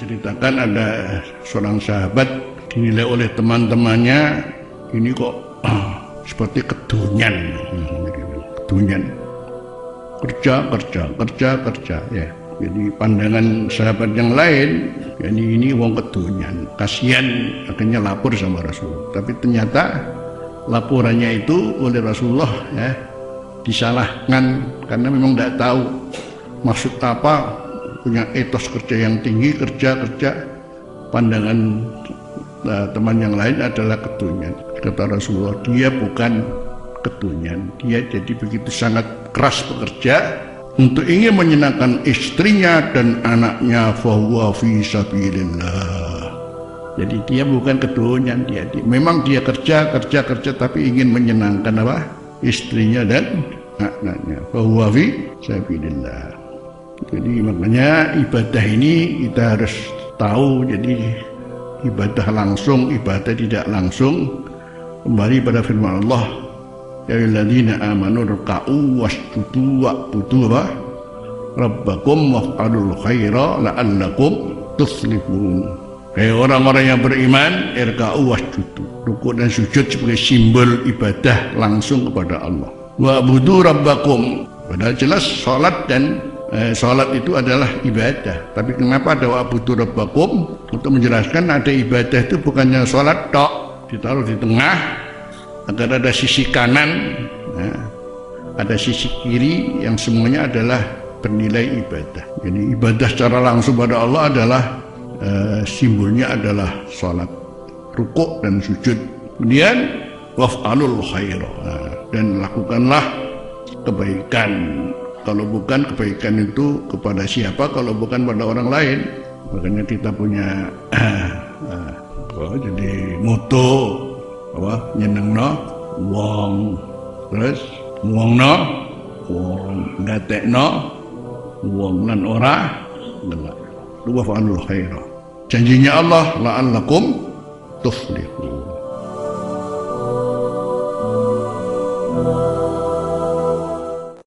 Ceritakan ada seorang sahabat dinilai oleh teman-temannya ini kok seperti kedunyan, kerja ya. Jadi pandangan sahabat yang lain, ini wong kedunyan, kasihan, akhirnya lapor sama Rasulullah. Tapi ternyata laporannya itu oleh Rasulullah ya disalahkan karena memang tidak tahu maksud apa, punya etos kerja yang tinggi, kerja pandangan teman yang lain adalah kedunyan. Kata Rasulullah, dia bukan kedunyan, dia jadi begitu sangat keras bekerja untuk ingin menyenangkan istrinya dan anaknya, fahuwa fi sabilillah. Jadi dia bukan kedunyan, memang dia kerja tapi ingin menyenangkan apa? Istrinya dan anaknya, fahuwa fi sabilillah. Jadi makanya ibadah ini kita harus tahu, jadi ibadah langsung, ibadah tidak langsung kembali pada firman Allah, ya ayyuhalladzina amanu ruk'u wasjudu wa'budu rabbakum waf'alul khaira la'allakum tuflihun. Hai orang-orang yang beriman, irka'u wasjudu, rukuk dan sujud sebagai simbol ibadah langsung kepada Allah. Wa'budu rabbakum, padahal jelas salat dan salat itu adalah ibadah. Tapi kenapa ada wa'budu rabbakum? Untuk menjelaskan ada ibadah itu bukannya salat tok, ditaruh di tengah agar ada sisi kanan, ada sisi kiri yang semuanya adalah bernilai ibadah. Jadi ibadah secara langsung pada Allah adalah simbolnya adalah salat, rukuk dan sujud. Kemudian waf'alul khaira, dan lakukanlah kebaikan. Kalau bukan kebaikan itu kepada siapa kalau bukan pada orang lain? Makanya kita punya jadi moto apa, nyenengno wong, terus nguwongno wong, ngatekno wong lan ora ngelak. Waf'alul khaira, janjinya Allah la'allakum tuflihun.